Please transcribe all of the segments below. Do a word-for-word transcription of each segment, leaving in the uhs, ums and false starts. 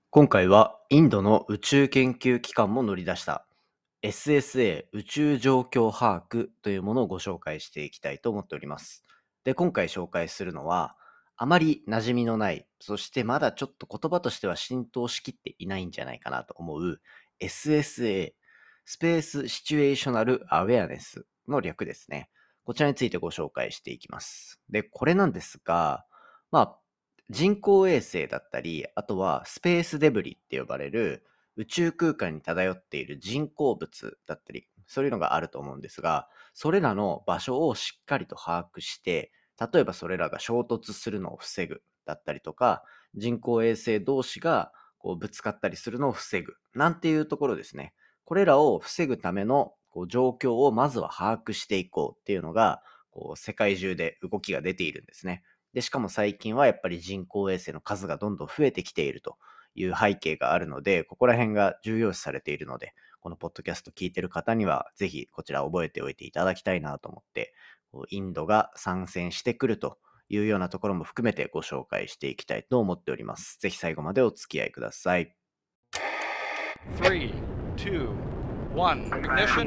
今回はインドの宇宙研究機関も乗り出した エスエスエー 宇宙状況把握というものをご紹介していきたいと思っております。で、今回紹介するのはあまり馴染みのない、そしてまだちょっと言葉としては浸透しきっていないんじゃないかなと思う エスエスエー、スペースシチュエーショナルアウェアネスの略ですね。こちらについてご紹介していきます。で、これなんですが、まあ、人工衛星だったり、あとはスペースデブリって呼ばれる宇宙空間に漂っている人工物だったり、そういうのがあると思うんですが、それらの場所をしっかりと把握して、例えばそれらが衝突するのを防ぐだったりとか、人工衛星同士がこうぶつかったりするのを防ぐなんていうところですね。これらを防ぐためのこう状況をまずは把握していこうっていうのが、こう世界中で動きが出ているんですね。で、しかも最近はやっぱり人工衛星の数がどんどん増えてきているという背景があるので、ここら辺が重要視されているので、このポッドキャスト聞いてる方には、ぜひこちら覚えておいていただきたいなと思って、こうインドが参戦してくるというようなところも含めてご紹介していきたいと思っております。ぜひ最後までお付き合いください。 Three, two, one, ignition.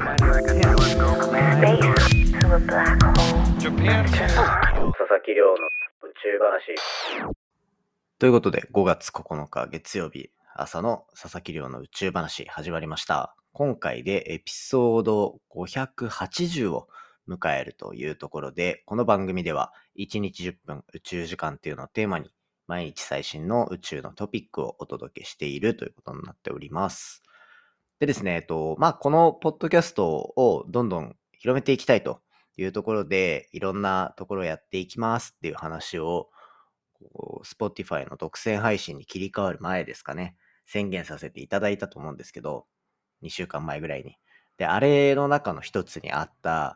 Space to a black hole. Japan. 佐々木亮の宇宙話。ということで、ごがつここのか月曜日朝の佐々木亮の宇宙話始まりました。今回でエピソードごひゃくはちじゅうを迎えるというところで、この番組ではいちにちじゅっぷん宇宙時間っていうのをテーマに、毎日最新の宇宙のトピックをお届けしているということになっております。でですね、えっと、まあ、このポッドキャストをどんどん広めていきたいというところで、いろんなところをやっていきますっていう話を、こう Spotify の独占配信に切り替わる前ですかね、宣言させていただいたと思うんですけど、にしゅうかんまえぐらいに。で、あれの中の一つにあった、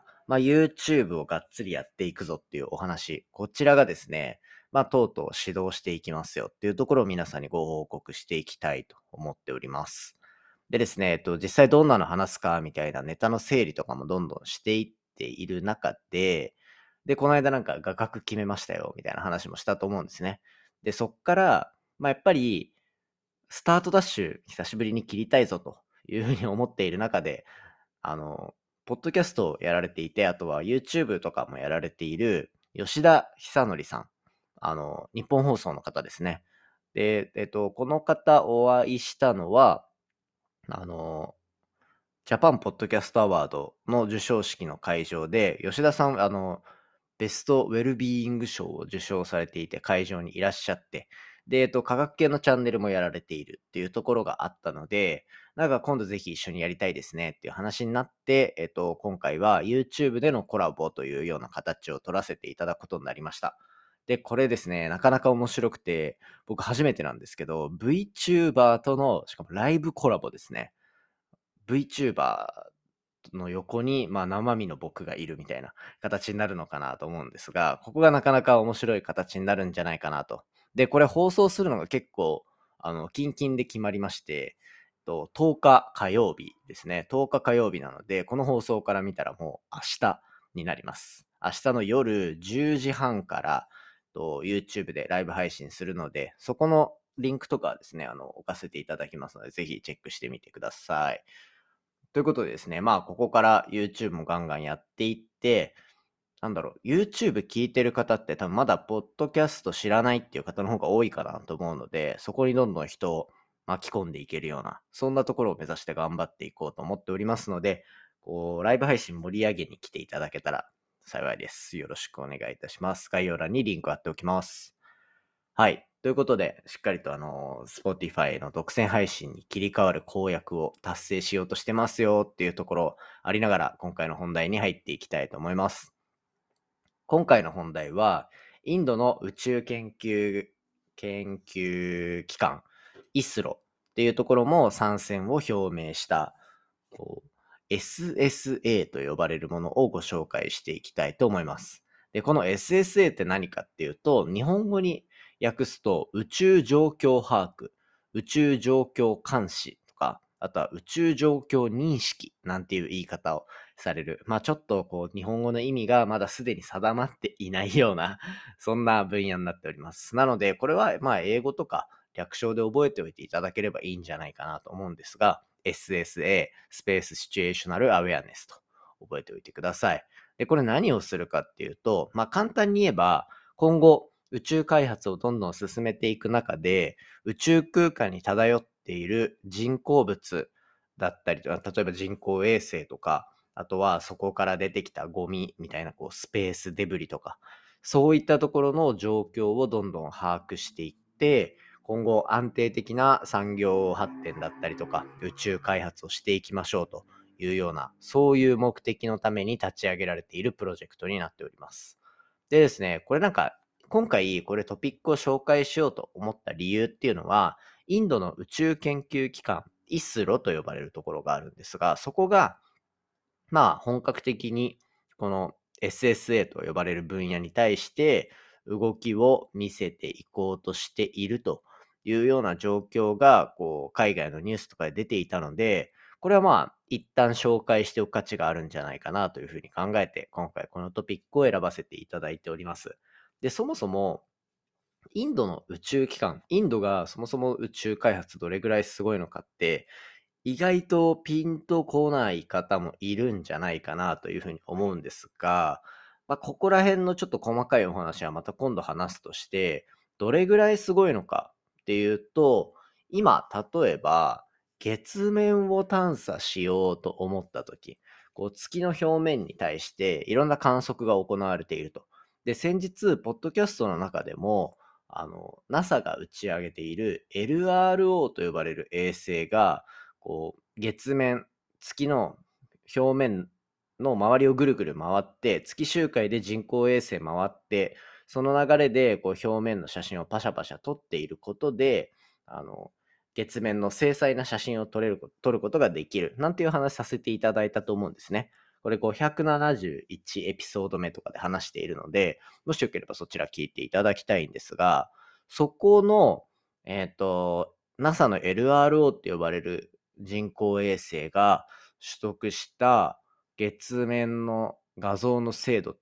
まあ、YouTube をがっつりやっていくぞっていうお話、こちらがですね、まあ、とうとう指導していきますよっていうところを皆さんにご報告していきたいと思っております。でですね、えっと、実際どんなの話すかみたいなネタの整理とかもどんどんしていっている中で、で、この間なんか画角決めましたよみたいな話もしたと思うんですね。で、そっから、まあ、やっぱり、スタートダッシュ久しぶりに切りたいぞというふうに思っている中で、あの、ポッドキャストをやられていて、あとは YouTube とかもやられている吉田久典さん。あの、日本放送の方ですね。で、えっと、この方お会いしたのは、あの、ジャパンポッドキャストアワードの授賞式の会場で、吉田さん、あの、ベストウェルビーイング賞を受賞されていて、会場にいらっしゃって、で、えっと、科学系のチャンネルもやられているっていうところがあったので、なんか今度ぜひ一緒にやりたいですねっていう話になって、えっと、今回は YouTube でのコラボというような形を取らせていただくことになりました。で、これですね、なかなか面白くて、僕初めてなんですけど、VTuber との、しかもライブコラボですね。VTuber の横に、まあ、生身の僕がいるみたいな形になるのかなと思うんですが、ここがなかなか面白い形になるんじゃないかなと。で、これ放送するのが結構、あの、キンキンで決まりまして、ととおか火曜日ですね。とおか火曜日なので、この放送から見たらもう明日になります。明日の夜じゅうじはんからと YouTube でライブ配信するので、そこのリンクとかはですね、あの、置かせていただきますので、ぜひチェックしてみてください。ということでですね、まあ、ここから YouTube もガンガンやっていって、なんだろう、YouTube 聞いてる方って多分まだポッドキャスト知らないっていう方の方が多いかなと思うので、そこにどんどん人を巻き込んでいけるような、そんなところを目指して頑張っていこうと思っておりますので、こう、ライブ配信盛り上げに来ていただけたら幸いです。よろしくお願いいたします。概要欄にリンク貼っておきます。はい。ということで、しっかりとあの、Spotify の独占配信に切り替わる公約を達成しようとしてますよっていうところありながら、今回の本題に入っていきたいと思います。今回の本題は、インドの宇宙研究、研究機関、イスロっていうところも参戦を表明した、こう エスエスエー と呼ばれるものをご紹介していきたいと思います。で、この エスエスエー って何かっていうと、日本語に訳すと宇宙状況把握、宇宙状況監視とか、あとは宇宙状況認識なんていう言い方をされる。まあちょっとこう日本語の意味がまだすでに定まっていないような、そんな分野になっております。なので、これはまあ英語とか略称で覚えておいていただければいいんじゃないかなと思うんですが、エスエスエー、スペースシチュエーショナルアウェアネスと覚えておいてください。で、これ何をするかっていうと、まあ簡単に言えば、今後宇宙開発をどんどん進めていく中で、宇宙空間に漂っている人工物だったりとか、例えば人工衛星とか、あとはそこから出てきたゴミみたいなこうスペースデブリとか、そういったところの状況をどんどん把握していって、今後安定的な産業発展だったりとか、宇宙開発をしていきましょうというような、そういう目的のために立ち上げられているプロジェクトになっております。でですね、これなんか、今回これトピックを紹介しようと思った理由っていうのは、インドの宇宙研究機関、イスロと呼ばれるところがあるんですが、そこが、まあ本格的にこの エスエスエー と呼ばれる分野に対して動きを見せていこうとしているというような状況がこう海外のニュースとかで出ていたので、これはまあ一旦紹介しておく価値があるんじゃないかなというふうに考えて、今回このトピックを選ばせていただいております。で、そもそもインドの宇宙機関、インドがそもそも宇宙開発どれぐらいすごいのかって、意外とピンとこない方もいるんじゃないかなというふうに思うんですが、まあ、ここら辺のちょっと細かいお話はまた今度話すとして、どれぐらいすごいのかっていうと、今、例えば、月面を探査しようと思ったとき、こう月の表面に対していろんな観測が行われていると。で、先日、ポッドキャストの中でも、あの、ナサ が打ち上げている エルアールオー と呼ばれる衛星が、こう、月面、月の表面の周りをぐるぐる回って、月周回で人工衛星回って、その流れでこう表面の写真をパシャパシャ撮っていることで、あの、月面の精細な写真を撮れる、撮ることができる。なんていう話させていただいたと思うんですね。これごひゃくななじゅういちエピソード目とかで話しているので、もしよければそちら聞いていただきたいんですが、そこの、えっと、ナサ の エルアールオー って呼ばれる人工衛星が取得した月面の画像の精度って、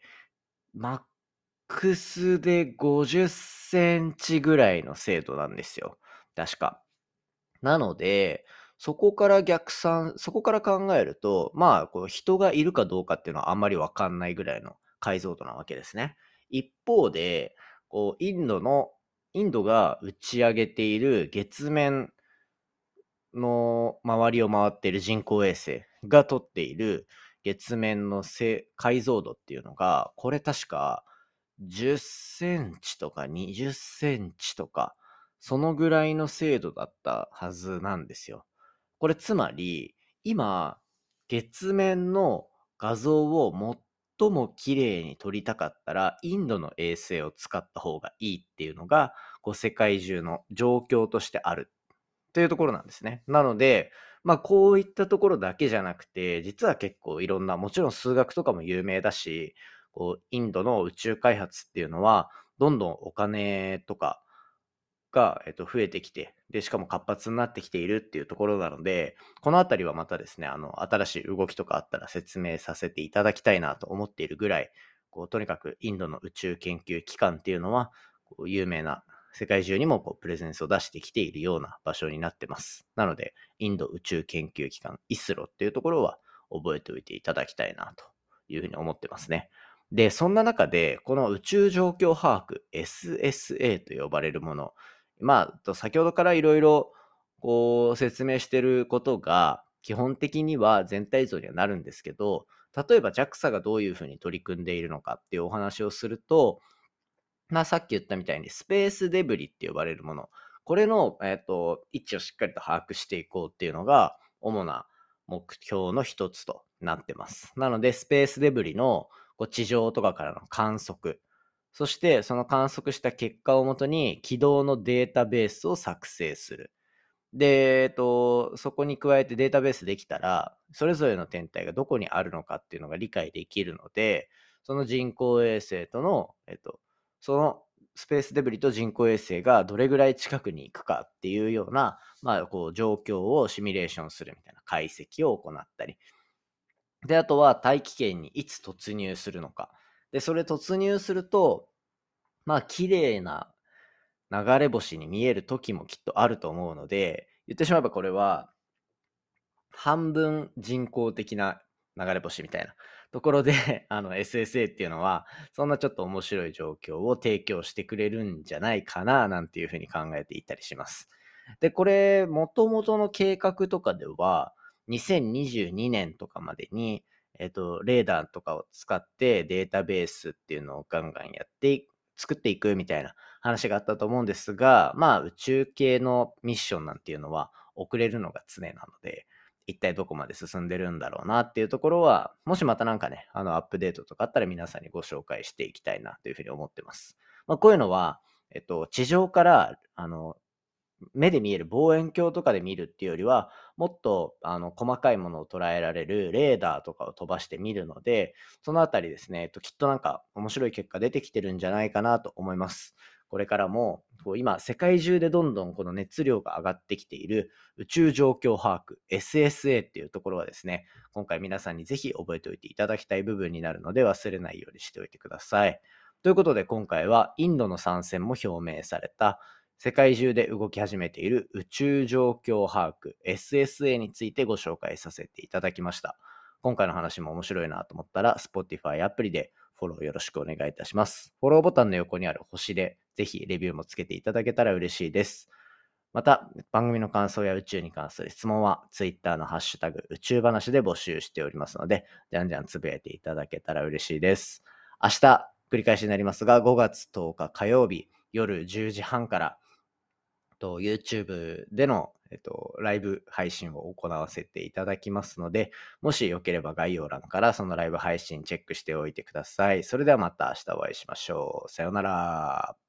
マックスでごじゅっセンチぐらいの精度なんですよ。確か。なので、そこから逆算、そこから考えると、まあ、こう人がいるかどうかっていうのはあんまりわかんないぐらいの解像度なわけですね。一方で、こうインドの、インドが打ち上げている月面の周りを回っている人工衛星が撮っている月面のせ解像度っていうのが、これ確かじゅっセンチとかにじゅっセンチとか、そのぐらいの精度だったはずなんですよ。これつまり、今、月面の画像を最も綺麗に撮りたかったら、インドの衛星を使った方がいいっていうのが、こう世界中の状況としてあるというところなんですね。なので、まあこういったところだけじゃなくて、実は結構いろんな、もちろん数学とかも有名だし、こうインドの宇宙開発っていうのは、どんどんお金とかが、えっと、増えてきて、で、しかも活発になってきているっていうところなので、このあたりはまたですね、あの、新しい動きとかあったら説明させていただきたいなと思っているぐらい、こう、とにかくインドの宇宙研究機関っていうのは、こう有名な、世界中にもこうプレゼンスを出してきているような場所になってます。なので、インド宇宙研究機関、イスロっていうところは覚えておいていただきたいなというふうに思ってますね。で、そんな中で、この宇宙状況把握、エスエスエー と呼ばれるもの、まあ、と先ほどからいろいろこう説明してることが基本的には全体像にはなるんですけど、例えば ジャクサ がどういうふうに取り組んでいるのかっていうお話をすると、まあさっき言ったみたいにスペースデブリって呼ばれるもの、これの、えっと位置をしっかりと把握していこうっていうのが主な目標の一つとなってます。なのでスペースデブリのこう地上とかからの観測、そしてその観測した結果をもとに軌道のデータベースを作成する。で、えっと、そこに加えてデータベースできたら、それぞれの天体がどこにあるのかっていうのが理解できるので、その人工衛星との、えっと、そのスペースデブリと人工衛星がどれぐらい近くに行くかっていうような、まあ、こう、状況をシミュレーションするみたいな解析を行ったり。で、あとは大気圏にいつ突入するのか。で、それ突入すると、まあ、綺麗な流れ星に見える時もきっとあると思うので、言ってしまえばこれは半分人工的な流れ星みたいなところであの エスエスエー っていうのはそんなちょっと面白い状況を提供してくれるんじゃないかななんていうふうに考えていたりします。で、これ元々の計画とかではにせんにじゅうにねんとかまでにえっとレーダーとかを使ってデータベースっていうのをガンガンやって作っていくみたいな話があったと思うんですが、まあ宇宙系のミッションなんていうのは遅れるのが常なので、一体どこまで進んでるんだろうなっていうところは、もしまたなんかね、あのアップデートとかあったら皆さんにご紹介していきたいなというふうに思ってます。まあ、こういうのは、えっと、地上からあの目で見える望遠鏡とかで見るっていうよりは、もっとあの細かいものを捉えられるレーダーとかを飛ばして見るので、そのあたりですね、えっと、きっとなんか面白い結果出てきてるんじゃないかなと思います。これからもこう今世界中でどんどんこの熱量が上がってきている宇宙状況把握 エスエスエー っていうところはですね、今回皆さんにぜひ覚えておいていただきたい部分になるので忘れないようにしておいてください。ということで今回はインドの参戦も表明された世界中で動き始めている宇宙状況把握 エスエスエー についてご紹介させていただきました。今回の話も面白いなと思ったら Spotify アプリでフォローよろしくお願いいたします。フォローボタンの横にある星でぜひレビューもつけていただけたら嬉しいです。また番組の感想や宇宙に関する質問は Twitter のハッシュタグ宇宙話で募集しておりますので、じゃんじゃんつぶやいていただけたら嬉しいです。明日繰り返しになりますがごがつとおか火曜日夜じゅうじはんからと YouTube での、えっと、ライブ配信を行わせていただきますので、もしよければ概要欄からそのライブ配信チェックしておいてください。それではまた明日お会いしましょう。さようなら。